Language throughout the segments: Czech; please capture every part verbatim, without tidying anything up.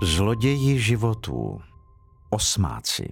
Zloději životů. Osmáci.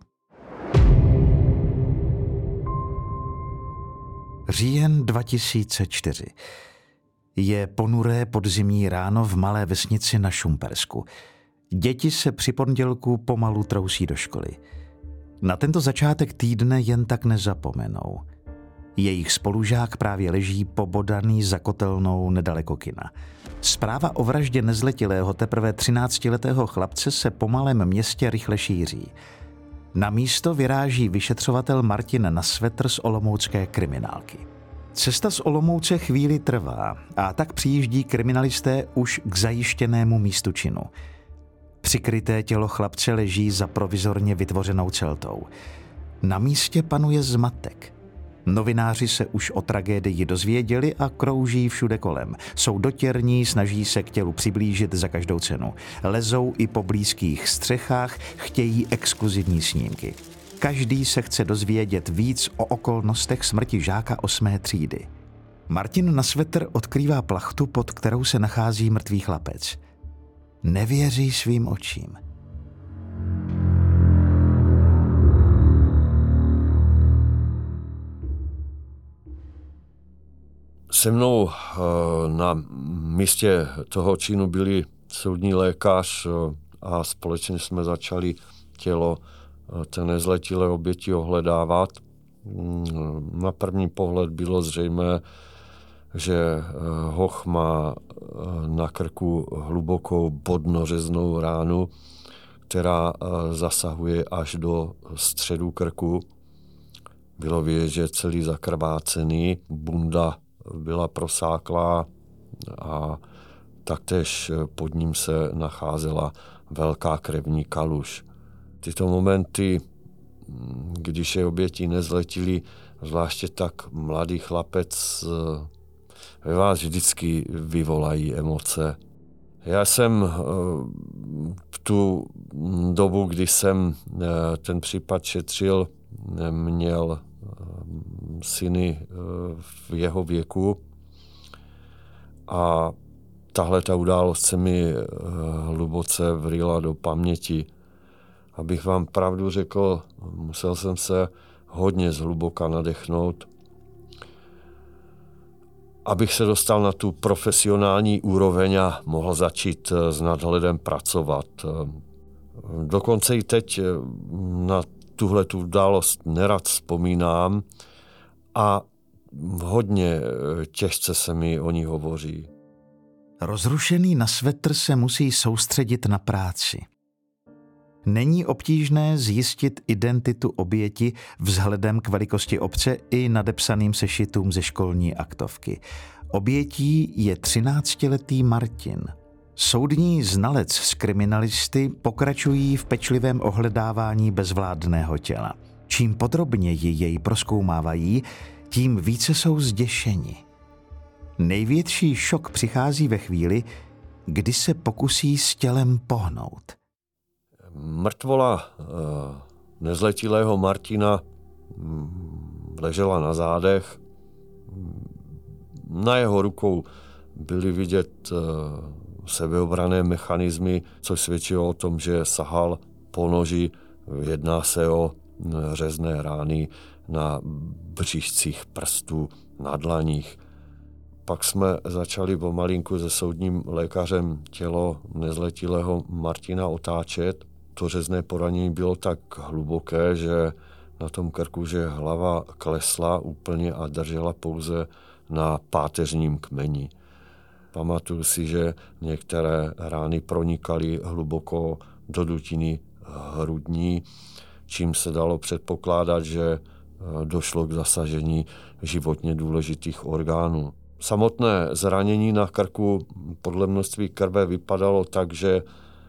Říjen dva tisíce čtyři. Je ponuré podzimní ráno v malé vesnici na Šumpersku. Děti se při pondělku pomalu trousí do školy. Na tento začátek týdne jen tak nezapomenou. Jejich spolužák právě leží pobodaný za kotelnou nedaleko kina. Zpráva o vraždě nezletilého teprve třináctiletého chlapce se po malém městě rychle šíří. Na místo vyráží vyšetřovatel Martin Nasvetr z olomoucké kriminálky. Cesta z Olomouce chvíli trvá a tak přijíždí kriminalisté už k zajištěnému místu činu. Přikryté tělo chlapce leží za provizorně vytvořenou celtou. Na místě panuje zmatek. Novináři se už o tragédii dozvěděli a krouží všude kolem. Jsou dotěrní, snaží se k tělu přiblížit za každou cenu. Lezou i po blízkých střechách, chtějí exkluzivní snímky. Každý se chce dozvědět víc o okolnostech smrti žáka osmé třídy. Martin Nasvetr odkrývá plachtu, pod kterou se nachází mrtvý chlapec. Nevěří svým očím. Se mnou na místě toho činu byli soudní lékař a společně jsme začali tělo té nezletilé oběti ohledávat. Na první pohled bylo zřejmé, že hoch má na krku hlubokou bodnořeznou ránu, která zasahuje až do středu krku. Bylo vidět, že celý zakrvácený, bunda byla prosáklá a taktéž pod ním se nacházela velká krevní kaluž. Tyto momenty, když je oběti nezletili, zvláště tak mladý chlapec, ve vás vždycky vyvolají emoce. Já jsem v tu dobu, kdy jsem ten případ šetřil, měl syny v jeho věku a tahle ta událost se mi hluboce vryla do paměti. Abych vám pravdu řekl, musel jsem se hodně zhluboka nadechnout, abych se dostal na tu profesionální úroveň a mohl začít s nadhledem pracovat. Dokonce i teď na tuhle tu událost nerad vzpomínám a hodně těžce se mi o ní hovoří. Rozrušený Nasvetr se musí soustředit na práci. Není obtížné zjistit identitu oběti vzhledem k velikosti obce i nadepsaným sešitům ze školní aktovky. Obětí je třináctiletý Martin. Soudní znalec z kriminalisty pokračují v pečlivém ohledávání bezvládného těla. Čím podrobněji jej prozkoumávají, tím více jsou zděšeni. Největší šok přichází ve chvíli, kdy se pokusí s tělem pohnout. Mrtvola nezletilého Martina ležela na zádech. Na jeho rukou byly vidět sebeobranné mechanismy, což svědčilo o tom, že sahal po noži. Jedná se o řezné rány na bříšcích prstů, na dlaních. Pak jsme začali pomalinku se soudním lékařem tělo nezletilého Martina otáčet. To řezné poranění bylo tak hluboké, že na tom krku, že hlava klesla úplně a držela pouze na páteřním kmeni. Pamatuju si, že některé rány pronikaly hluboko do dutiny hrudní, čím se dalo předpokládat, že došlo k zasažení životně důležitých orgánů. Samotné zranění na krku podle množství krve vypadalo tak, že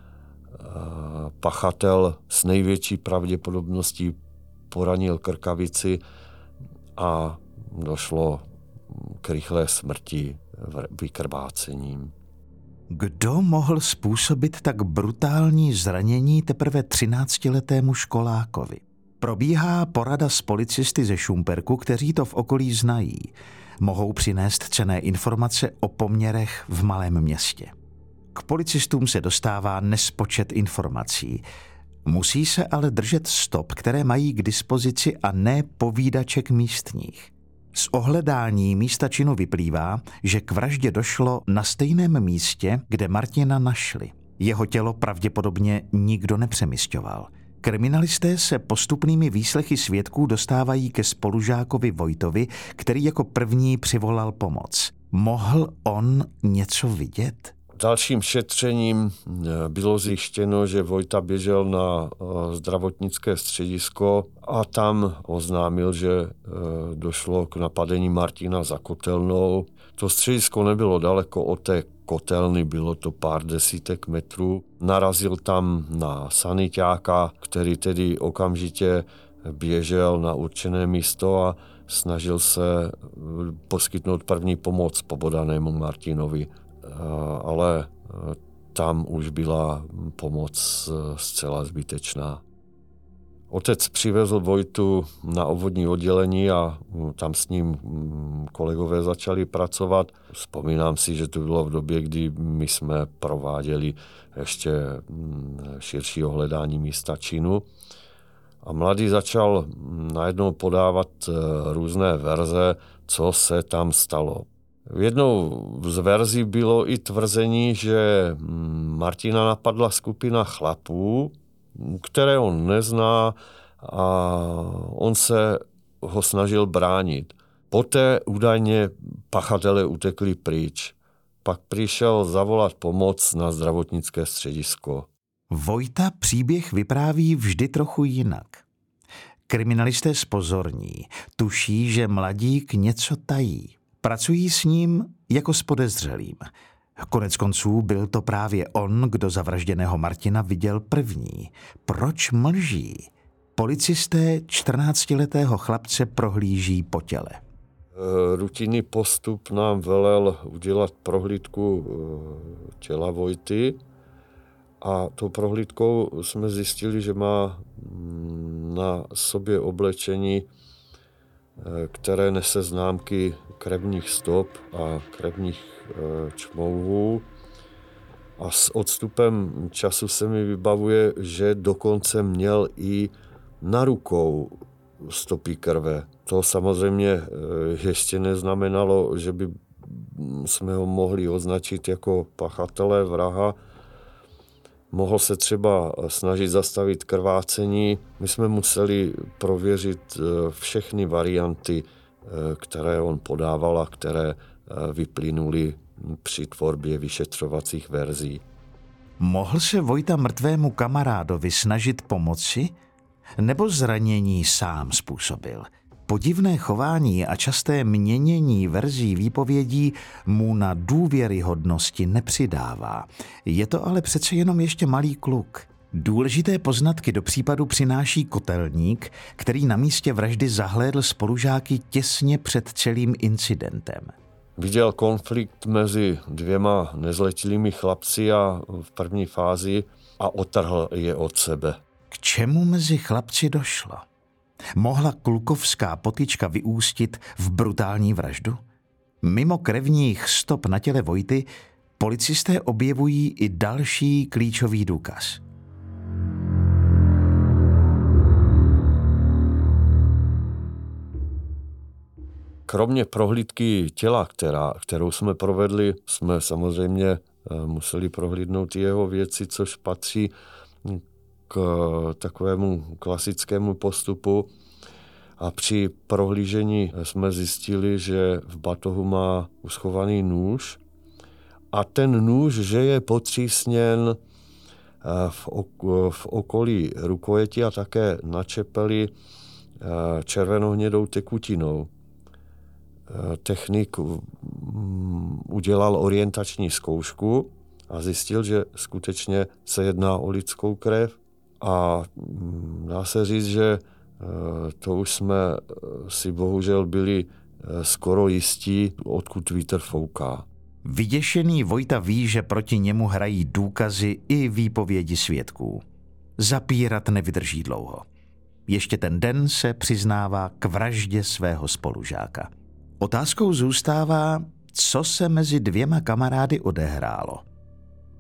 pachatel s největší pravděpodobností poranil krkavici a došlo k rychlé smrti vykrvácením. Kdo mohl způsobit tak brutální zranění teprve třináctiletému školákovi? Probíhá porada s policisty ze Šumperku, kteří to v okolí znají. Mohou přinést cenné informace o poměrech v malém městě. K policistům se dostává nespočet informací. Musí se ale držet stop, které mají k dispozici, a ne povídaček místních. Z ohledání místa činu vyplývá, že k vraždě došlo na stejném místě, kde Martina našli. Jeho tělo pravděpodobně nikdo nepřemisťoval. Kriminalisté se postupnými výslechy svědků dostávají ke spolužákovi Vojtovi, který jako první přivolal pomoc. Mohl on něco vidět? Dalším šetřením bylo zjištěno, že Vojta běžel na zdravotnické středisko a tam oznámil, že došlo k napadení Martina za kotelnou. To středisko nebylo daleko od té kotelny, bylo to pár desítek metrů. Narazil tam na saniťáka, který tedy okamžitě běžel na určené místo a snažil se poskytnout první pomoc pobodanému Martinovi. Ale tam už byla pomoc zcela zbytečná. Otec přivezl Vojtu na obvodní oddělení a tam s ním kolegové začali pracovat. Vzpomínám si, že to bylo v době, kdy my jsme prováděli ještě širší ohledání místa činu. A mladý začal najednou podávat různé verze, co se tam stalo. Jednou z verzí bylo i tvrzení, že Martina napadla skupina chlapů, které on nezná, a on se ho snažil bránit. Poté údajně pachatelé utekli pryč. Pak přišel zavolat pomoc na zdravotnické středisko. Vojta příběh vypráví vždy trochu jinak. Kriminalisté zpozorní, tuší, že mladík něco tají. Pracují s ním jako s podezřelým. Konec konců byl to právě on, kdo zavražděného Martina viděl první. Proč mlží? Policisté čtrnáctiletého chlapce prohlíží po těle. Rutinní postup nám velel udělat prohlídku těla Vojty a tou prohlídkou jsme zjistili, že má na sobě oblečení, které nese známky krevních stop a krevních čmouhů. A s odstupem času se mi vybavuje, že dokonce měl i na rukou stopy krve. To samozřejmě ještě neznamenalo, že by jsme ho mohli označit jako pachatele, vraha. Mohl se třeba snažit zastavit krvácení. My jsme museli prověřit všechny varianty, které on podával a které vyplynuly při tvorbě vyšetřovacích verzí. Mohl se Vojta mrtvému kamarádovi snažit pomoci, nebo zranění sám způsobil? Podivné chování a časté měnění verzí výpovědí mu na důvěryhodnosti nepřidává. Je to ale přece jenom ještě malý kluk. Důležité poznatky do případu přináší kotelník, který na místě vraždy zahlédl spolužáky těsně před celým incidentem. Viděl konflikt mezi dvěma nezletilými chlapci a v první fázi a otrhl je od sebe. K čemu mezi chlapci došlo? Mohla klukovská potyčka vyústit v brutální vraždu? Mimo krevních stop na těle Vojty policisté objevují i další klíčový důkaz. Kromě prohlídky těla, která, kterou jsme provedli, jsme samozřejmě museli prohlídnout jeho věci, což patří k takovému klasickému postupu. A při prohlížení jsme zjistili, že v batohu má uschovaný nůž a ten nůž, že je potřísněn v, ok- v okolí rukojeti a také na čepeli červenohnědou tekutinou. Technik udělal orientační zkoušku a zjistil, že skutečně se jedná o lidskou krev a dá se říct, že to už jsme si bohužel byli skoro jistí, odkud vítr fouká. Vyděšený Vojta ví, že proti němu hrají důkazy i výpovědi svědků. Zapírat nevydrží dlouho. Ještě ten den se přiznává k vraždě svého spolužáka. Otázkou zůstává, co se mezi dvěma kamarády odehrálo.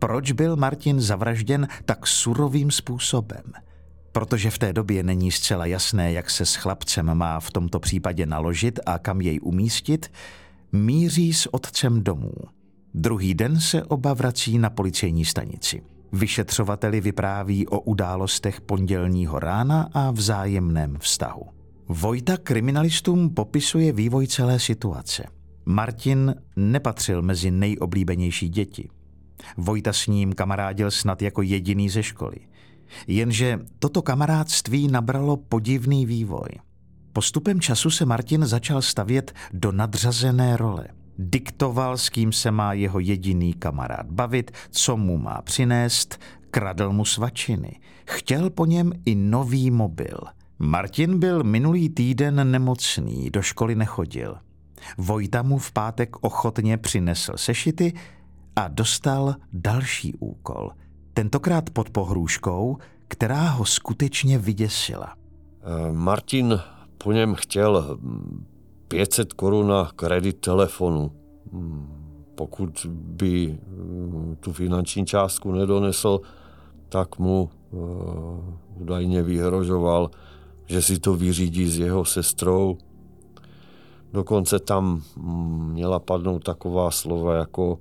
Proč byl Martin zavražděn tak surovým způsobem? Protože v té době není zcela jasné, jak se s chlapcem má v tomto případě naložit a kam jej umístit, míří s otcem domů. Druhý den se oba vrací na policejní stanici. Vyšetřovateli vypráví o událostech pondělního rána a vzájemném vztahu. Vojta kriminalistům popisuje vývoj celé situace. Martin nepatřil mezi nejoblíbenější děti. Vojta s ním kamarádil snad jako jediný ze školy. Jenže toto kamarádství nabralo podivný vývoj. Postupem času se Martin začal stavět do nadřazené role. Diktoval, s kým se má jeho jediný kamarád bavit, co mu má přinést, kradl mu svačiny. Chtěl po něm i nový mobil. Martin byl minulý týden nemocný, do školy nechodil. Vojta mu v pátek ochotně přinesl sešity a dostal další úkol. Tentokrát pod pohrůžkou, která ho skutečně vyděsila. Martin po něm chtěl pět set korun na kredit telefonu. Pokud by tu finanční částku nedonesl, tak mu údajně vyhrožoval, že si to vyřídí s jeho sestrou. Dokonce tam měla padnout taková slova, jako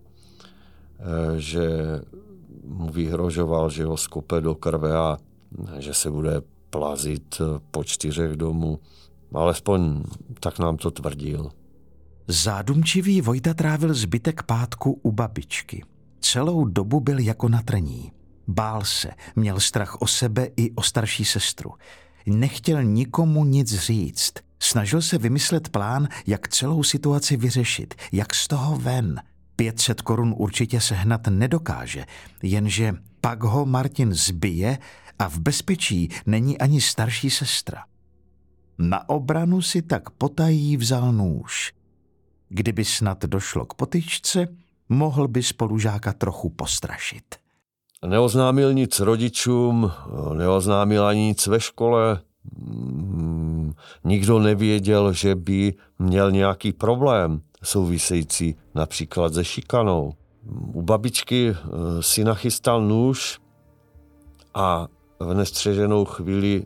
že mu vyhrožoval, že ho skope do krve a že se bude plazit po čtyřech domů. Alespoň tak nám to tvrdil. Zádumčivý Vojta trávil zbytek pátku u babičky. Celou dobu byl jako na trní. Bál se, měl strach o sebe i o starší sestru. Nechtěl nikomu nic říct. Snažil se vymyslet plán, jak celou situaci vyřešit, jak z toho ven. pět set korun určitě sehnat nedokáže, jenže pak ho Martin zbije a v bezpečí není ani starší sestra. Na obranu si tak potají vzal nůž. Kdyby snad došlo k potyčce, mohl by spolužáka trochu postrašit. Neoznámil nic rodičům, neoznámil ani nic ve škole. Nikdo nevěděl, že by měl nějaký problém související například se šikanou. U babičky si nachystal nůž a v nestřeženou chvíli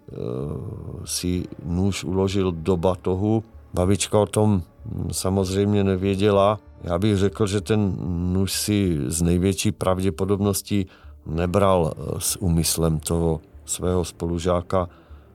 si nůž uložil do batohu. Babička o tom samozřejmě nevěděla. Já bych řekl, že ten nůž si z největší pravděpodobností nebral s úmyslem toho svého spolužáka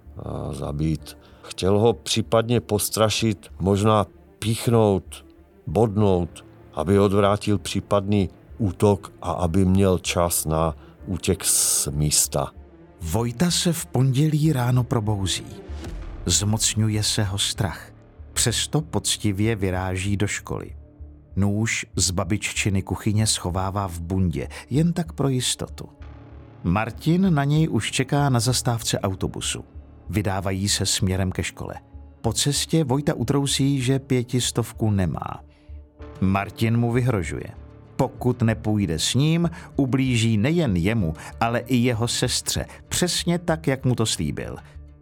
zabít. Chtěl ho případně postrašit, možná píchnout, bodnout, aby odvrátil případný útok a aby měl čas na útěk z místa. Vojta se v pondělí ráno probouzí. Zmocňuje se ho strach. Přesto poctivě vyráží do školy. Nůž z babiččiny kuchyně schovává v bundě, jen tak pro jistotu. Martin na něj už čeká na zastávce autobusu. Vydávají se směrem ke škole. Po cestě Vojta utrousí, že pětistovku nemá. Martin mu vyhrožuje. Pokud nepůjde s ním, ublíží nejen jemu, ale i jeho sestře, přesně tak, jak mu to slíbil.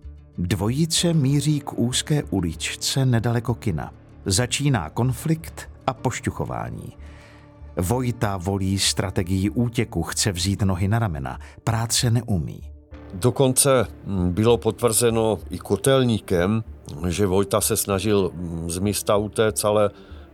Dvojice míří k úzké uličce nedaleko kina. Začíná konflikt a pošťuchování. Vojta volí strategii útěku, chce vzít nohy na ramena, práce neumí. Dokonce bylo potvrzeno i kotelníkem, že Vojta se snažil z místa utéct, ale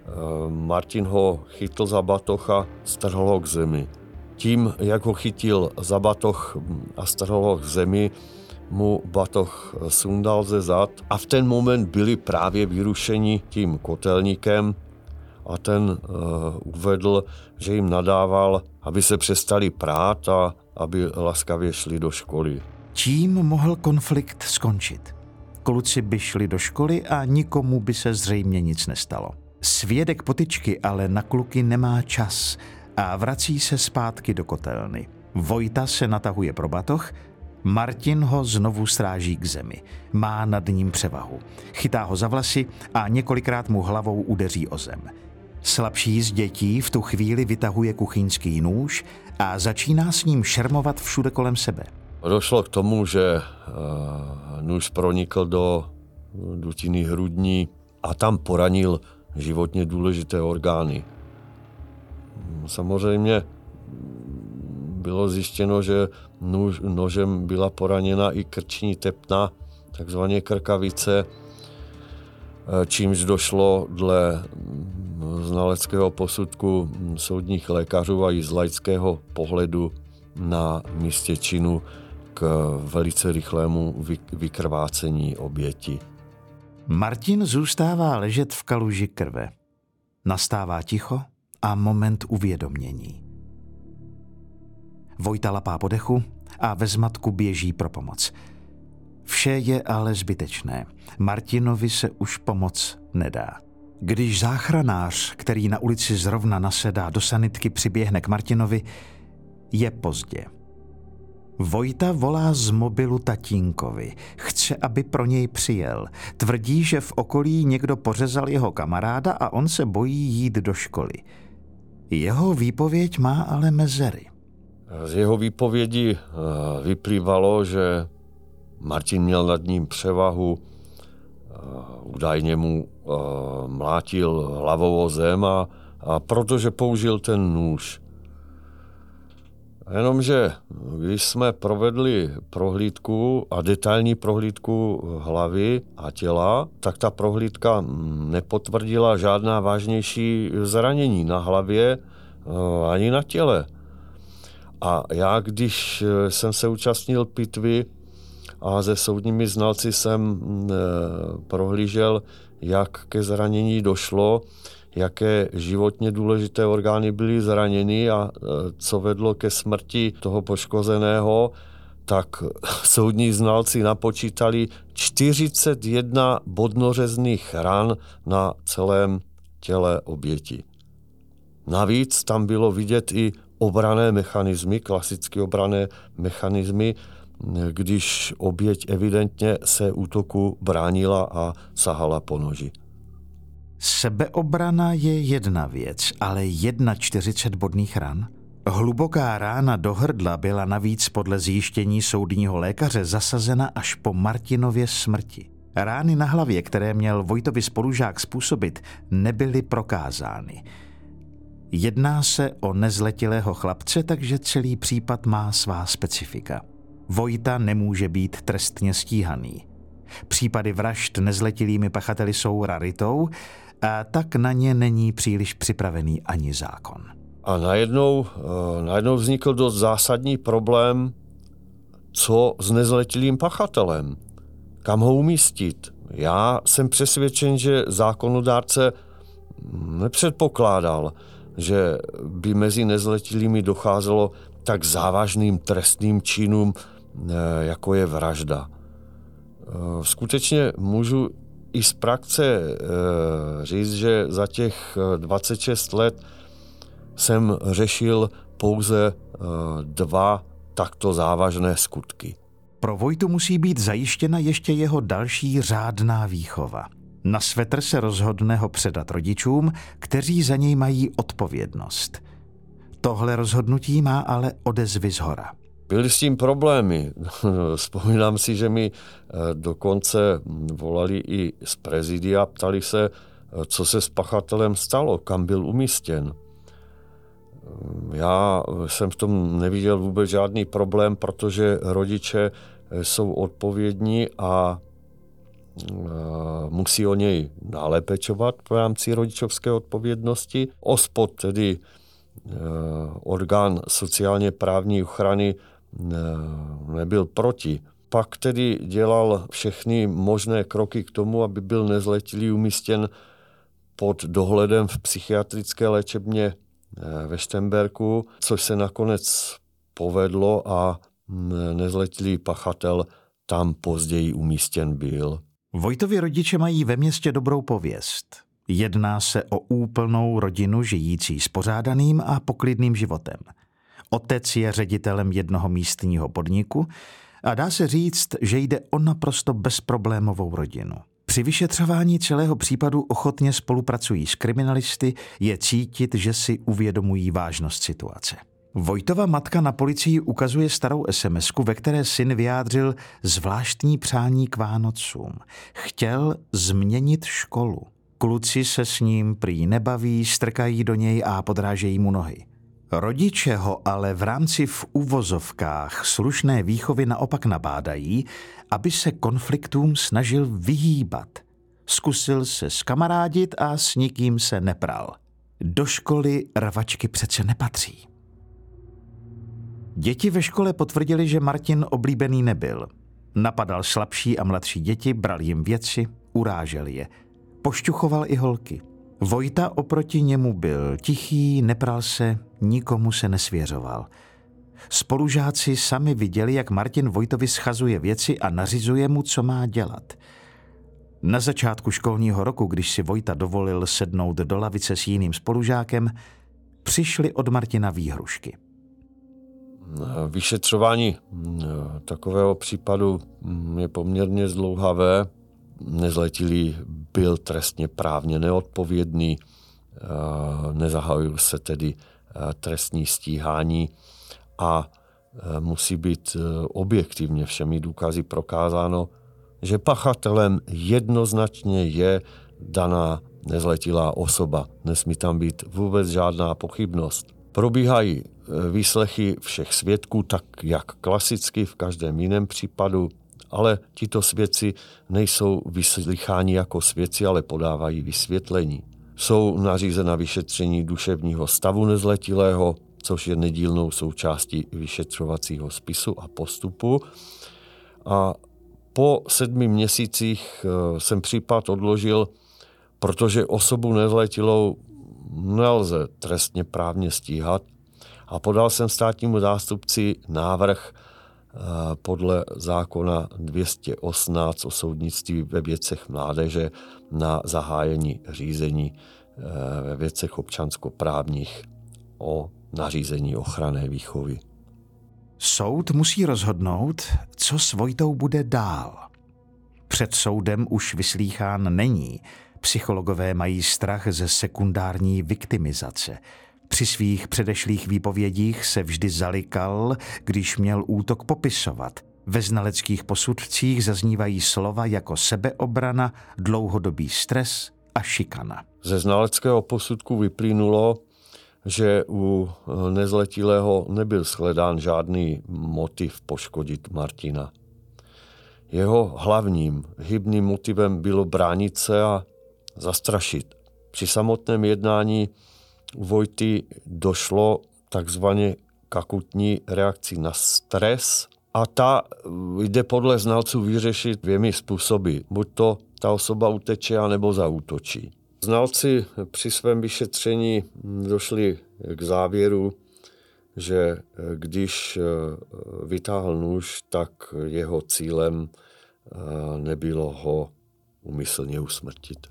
Martin ho chytl za batoh a strhl ho k zemi. Tím, jak ho chytil za batoh a strhl ho k zemi, mu batoh sundal ze zad a v ten moment byli právě vyrušeni tím kotelníkem a ten uh, uvedl, že jim nadával, aby se přestali prát a aby laskavě šli do školy. Tím mohl konflikt skončit. Kluci by šli do školy a nikomu by se zřejmě nic nestalo. Svědek potyčky ale na kluky nemá čas a vrací se zpátky do kotelny. Vojta se natahuje pro batoh, Martin ho znovu stráží k zemi. Má nad ním převahu. Chytá ho za vlasy a několikrát mu hlavou udeří o zem. Slabší z dětí v tu chvíli vytahuje kuchyňský nůž a začíná s ním šermovat všude kolem sebe. Došlo k tomu, že nůž pronikl do dutiny hrudní a tam poranil životně důležité orgány. Samozřejmě bylo zjištěno, že nůž, nožem byla poraněna i krční tepna, takzvaně krkavice, čímž došlo dle znaleckého posudku soudních lékařů a i z laického pohledu na místě činu k velice rychlému vykrvácení oběti. Martin zůstává ležet v kaluži krve. Nastává ticho a moment uvědomění. Vojta lapá po dechu a ve zmatku běží pro pomoc. Vše je ale zbytečné. Martinovi se už pomoc nedá. Když záchranář, který na ulici zrovna nasedá do sanitky, přiběhne k Martinovi, je pozdě. Vojta volá z mobilu tatínkovi. Chce, aby pro něj přijel. Tvrdí, že v okolí někdo pořezal jeho kamaráda a on se bojí jít do školy. Jeho výpověď má ale mezery. Z jeho výpovědi vyplývalo, že Martin měl nad ním převahu, údajně mu mlátil hlavou o zem a, a protože použil ten nůž. Jenomže když jsme provedli prohlídku a detailní prohlídku hlavy a těla, tak ta prohlídka nepotvrdila žádná vážnější zranění na hlavě ani na těle. A já, když jsem se účastnil pitvy a se soudními znalci jsem prohlížel, jak ke zranění došlo, jaké životně důležité orgány byly zraněny a co vedlo ke smrti toho poškozeného, tak soudní znalci napočítali čtyřicet jedna bodnořezných ran na celém těle oběti. Navíc tam bylo vidět i obranné mechanismy, klasické obranné mechanismy, když oběť evidentně se útoku bránila a sahala po noži. Sebeobrana je jedna věc, ale čtyřicet jedna bodných ran? Hluboká rána do hrdla byla navíc podle zjištění soudního lékaře zasazena až po Martinově smrti. Rány na hlavě, které měl Vojtovi spolužák způsobit, nebyly prokázány. Jedná se o nezletilého chlapce, takže celý případ má svá specifika. Vojta nemůže být trestně stíhaný. Případy vražd nezletilými pachateli jsou raritou, a tak na ně není příliš připravený ani zákon. A najednou, najednou vznikl dost zásadní problém, co s nezletilým pachatelem, kam ho umístit. Já jsem přesvědčen, že zákonodárce nepředpokládal, že by mezi nezletilými docházelo tak závažným trestným činům, jako je vražda. Skutečně můžu i z praxe říct, že za těch dvacet šest let jsem řešil pouze dva takto závažné skutky. Pro Vojtu musí být zajištěna ještě jeho další řádná výchova. Na svetr se rozhodne ho předat rodičům, kteří za něj mají odpovědnost. Tohle rozhodnutí má ale odezvy zhora. Byly s tím problémy. Vzpomínám si, že mi dokonce volali i z prezidia, ptali se, co se s pachatelem stalo, kam byl umístěn. Já jsem v tom neviděl vůbec žádný problém, protože rodiče jsou odpovědní a musí o něj dále pečovat v rámci rodičovské odpovědnosti. OSPOD, tedy orgán sociálně právní ochrany, nebyl proti. Pak tedy dělal všechny možné kroky k tomu, aby byl nezletilý umístěn pod dohledem v psychiatrické léčebně ve Šternberku, což se nakonec povedlo a nezletilý pachatel tam později umístěn byl. Vojtovi rodiče mají ve městě dobrou pověst. Jedná se o úplnou rodinu žijící spořádaným a poklidným životem. Otec je ředitelem jednoho místního podniku a dá se říct, že jde o naprosto bezproblémovou rodinu. Při vyšetřování celého případu ochotně spolupracují s kriminalisty, je cítit, že si uvědomují vážnost situace. Vojtova matka na policii ukazuje starou SMSku, ve které syn vyjádřil zvláštní přání k Vánocům. Chtěl změnit školu. Kluci se s ním prý nebaví, strkají do něj a podrážejí mu nohy. Rodiče ho ale v rámci v uvozovkách slušné výchovy naopak nabádají, aby se konfliktům snažil vyhýbat. Zkusil se skamarádit a s nikým se nepral. Do školy rvačky přece nepatří. Děti ve škole potvrdili, že Martin oblíbený nebyl. Napadal slabší a mladší děti, bral jim věci, urážel je. Pošťuchoval i holky. Vojta oproti němu byl tichý, nepral se, nikomu se nesvěřoval. Spolužáci sami viděli, jak Martin Vojtovi schazuje věci a nařizuje mu, co má dělat. Na začátku školního roku, když si Vojta dovolil sednout do lavice s jiným spolužákem, přišly od Martina výhrušky. Vyšetřování takového případu je poměrně zdlouhavé. Nezletilý byl trestně právně neodpovědný, nezahajuje se tedy trestní stíhání a musí být objektivně všemi důkazy prokázáno, že pachatelem jednoznačně je daná nezletilá osoba. Nesmí tam být vůbec žádná pochybnost. Probíhají výslechy všech svědků, tak jak klasicky v každém jiném případu, ale tito svědci nejsou vyslycháni jako svědci, ale podávají vysvětlení. Jsou nařízena vyšetření duševního stavu nezletilého, což je nedílnou součástí vyšetřovacího spisu a postupu. A po sedmi měsících jsem případ odložil, protože osobu nezletilou nelze trestně právně stíhat a podal jsem státnímu zástupci návrh podle zákona dvě stě osmnáct o soudnictví ve věcech mládeže na zahájení řízení ve věcech občanskoprávních o nařízení ochranné výchovy. Soud musí rozhodnout, co s Vojtou bude dál. Před soudem už vyslýchán není. Psychologové mají strach ze sekundární viktimizace. Při svých předešlých výpovědích se vždy zalikal, když měl útok popisovat. Ve znaleckých posudcích zaznívají slova jako sebeobrana, dlouhodobý stres a šikana. Ze znaleckého posudku vyplynulo, že u nezletilého nebyl shledán žádný motiv poškodit Martina. Jeho hlavním hybným motivem bylo bránit se a zastrašit. Při samotném jednání u Vojty došlo takzvaně k akutní reakci na stres a ta jde podle znalců vyřešit dvěmi způsoby. Buď to ta osoba uteče, anebo zaútočí. Znalci při svém vyšetření došli k závěru, že když vytáhl nůž, tak jeho cílem nebylo ho úmyslně usmrtit.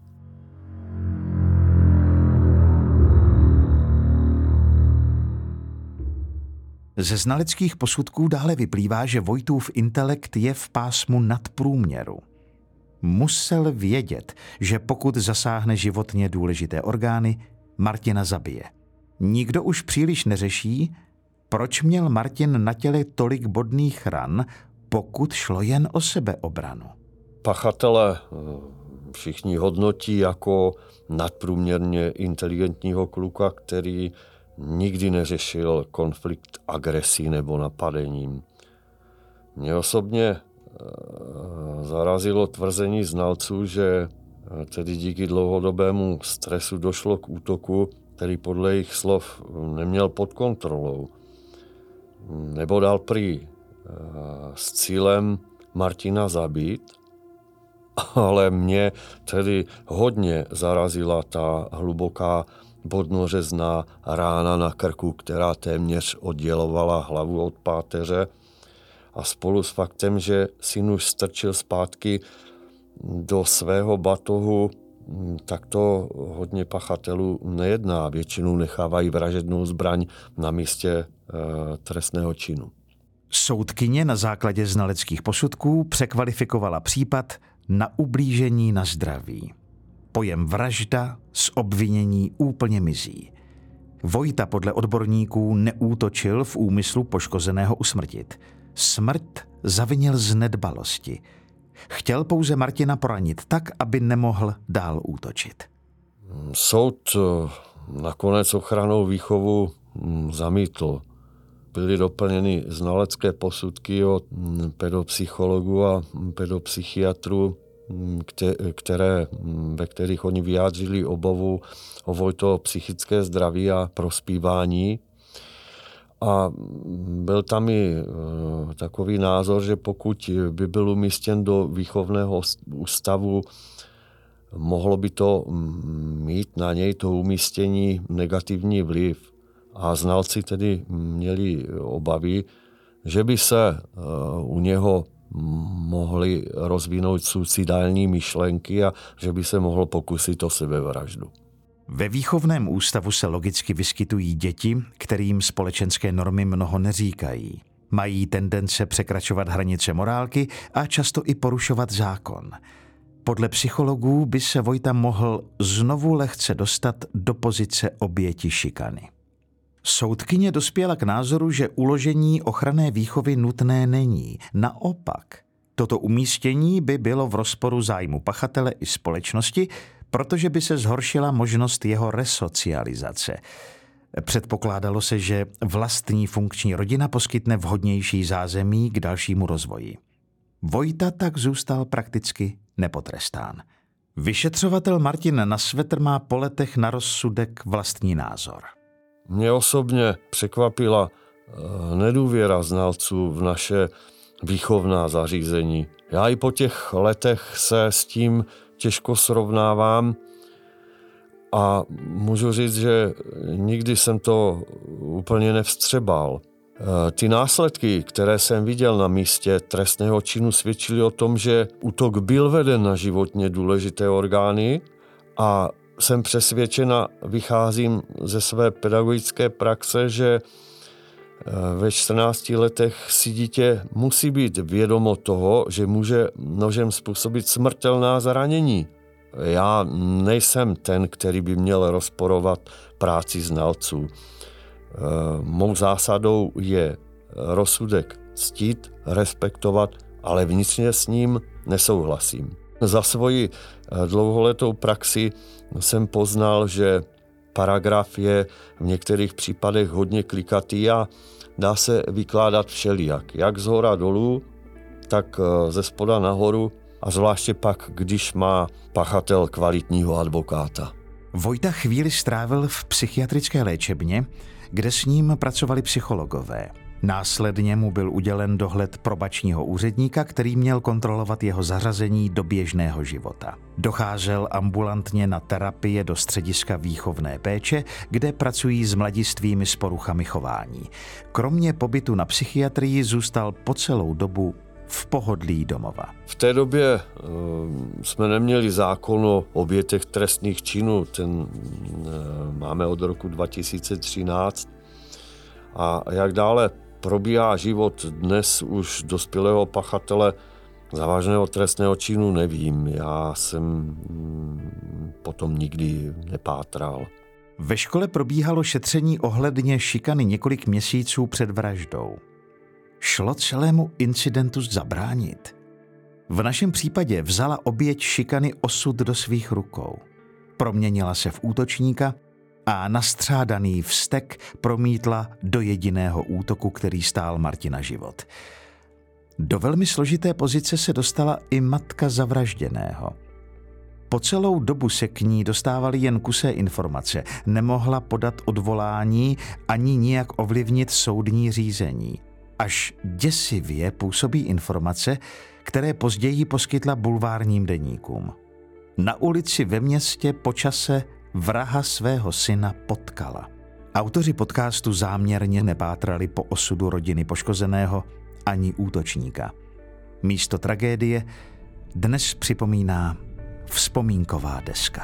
Ze znaleckých posudků dále vyplývá, že Vojtův intelekt je v pásmu nadprůměru. Musel vědět, že pokud zasáhne životně důležité orgány, Martina zabije. Nikdo už příliš neřeší, proč měl Martin na těle tolik bodných ran, pokud šlo jen o sebeobranu. Pachatele všichni hodnotí jako nadprůměrně inteligentního kluka, který nikdy neřešil konflikt agresí nebo napadením. Mě osobně zarazilo tvrzení znalců, že tedy díky dlouhodobému stresu došlo k útoku, který podle jejich slov neměl pod kontrolou. Nebo dal prý s cílem Martina zabít, ale mě tedy hodně zarazila ta hluboká bodnořezná rána na krku, která téměř oddělovala hlavu od páteře a spolu s faktem, že si nůž strčil zpátky do svého batohu, tak to hodně pachatelů nejedná. Většinou nechávají vražednou zbraň na místě e, trestného činu. Soudkyně na základě znaleckých posudků překvalifikovala případ na ublížení na zdraví. Pojem vražda z obvinění úplně mizí. Vojta podle odborníků neútočil v úmyslu poškozeného usmrtit. Smrt zavinil z nedbalosti. Chtěl pouze Martina poranit tak, aby nemohl dál útočit. Soud nakonec ochrannou výchovu zamítl. Byly doplněny znalecké posudky od pedopsychologů a pedopsychiatrů, které, ve kterých oni vyjádřili obavu o Vojtovo psychické zdraví a prospívání. A byl tam i takový názor, že pokud by byl umístěn do výchovného ústavu, mohlo by to mít na něj to umístění negativní vliv. A znalci tedy měli obavy, že by se u něho mohly rozvinout suicidální myšlenky a že by se mohl pokusit o sebevraždu. Ve výchovném ústavu se logicky vyskytují děti, kterým společenské normy mnoho neříkají. Mají tendence překračovat hranice morálky a často i porušovat zákon. Podle psychologů by se Vojta mohl znovu lehce dostat do pozice oběti šikany. Soudkyně dospěla k názoru, že uložení ochranné výchovy nutné není. Naopak, toto umístění by bylo v rozporu zájmu pachatele i společnosti, protože by se zhoršila možnost jeho resocializace. Předpokládalo se, že vlastní funkční rodina poskytne vhodnější zázemí k dalšímu rozvoji. Vojta tak zůstal prakticky nepotrestán. Vyšetřovatel Martin Nasvetr má po letech na rozsudek vlastní názor. Mě osobně překvapila nedůvěra znalců v naše výchovná zařízení. Já i po těch letech se s tím těžko srovnávám a můžu říct, že nikdy jsem to úplně nevstřebal. Ty následky, které jsem viděl na místě trestného činu, svědčily o tom, že útok byl veden na životně důležité orgány a jsem přesvědčena, vycházím ze své pedagogické praxe, že ve čtrnácti letech si dítě musí být vědomo toho, že může nožem způsobit smrtelná zranění. Já nejsem ten, který by měl rozporovat práci znalců. Mou zásadou je rozsudek ctít, respektovat, ale vnitřně s ním nesouhlasím. Za svoji dlouholetou praxi jsem poznal, že paragraf je v některých případech hodně klikatý a dá se vykládat všelijak. Jak z hora dolů, tak ze spoda nahoru a zvláště pak, když má pachatel kvalitního advokáta. Vojta chvíli strávil v psychiatrické léčebně, kde s ním pracovali psychologové. Následně mu byl udělen dohled probačního úředníka, který měl kontrolovat jeho zařazení do běžného života. Docházel ambulantně na terapie do střediska výchovné péče, kde pracují s mladistvými s poruchami chování. Kromě pobytu na psychiatrii zůstal po celou dobu v pohodlí domova. V té době uh, jsme neměli zákon o obětech trestných činů, ten uh, máme od roku dva tisíce třináct. A jak dále probíhá život dnes už dospělého pachatele závažného trestného činu, nevím. Já jsem mm, potom nikdy nepátral. Ve škole probíhalo šetření ohledně šikany několik měsíců před vraždou. Šlo celému incidentu zabránit. V našem případě vzala oběť šikany osud do svých rukou. Proměnila se v útočníka a nastřádaný vztek promítla do jediného útoku, který stál Martina život. Do velmi složité pozice se dostala i matka zavražděného. Po celou dobu se k ní dostávaly jen kusé informace, nemohla podat odvolání ani nijak ovlivnit soudní řízení. Až děsivě působí informace, které později poskytla bulvárním deníkům. Na ulici ve městě po čase vraha svého syna potkala. Autoři podcastu záměrně nepátrali po osudu rodiny poškozeného ani útočníka. Místo tragédie dnes připomíná vzpomínková deska.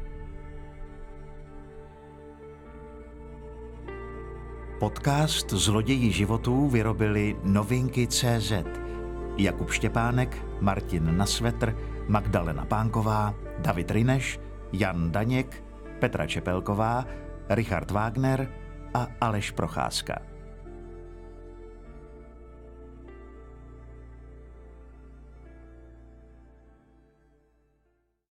Podcast Zloději životů vyrobili Novinky tečka cé zet. Jakub Štěpánek, Martin Nasvetr, Magdalena Pánková, David Ryneš, Jan Daněk, Petra Čepelková, Richard Wagner a Aleš Procházka.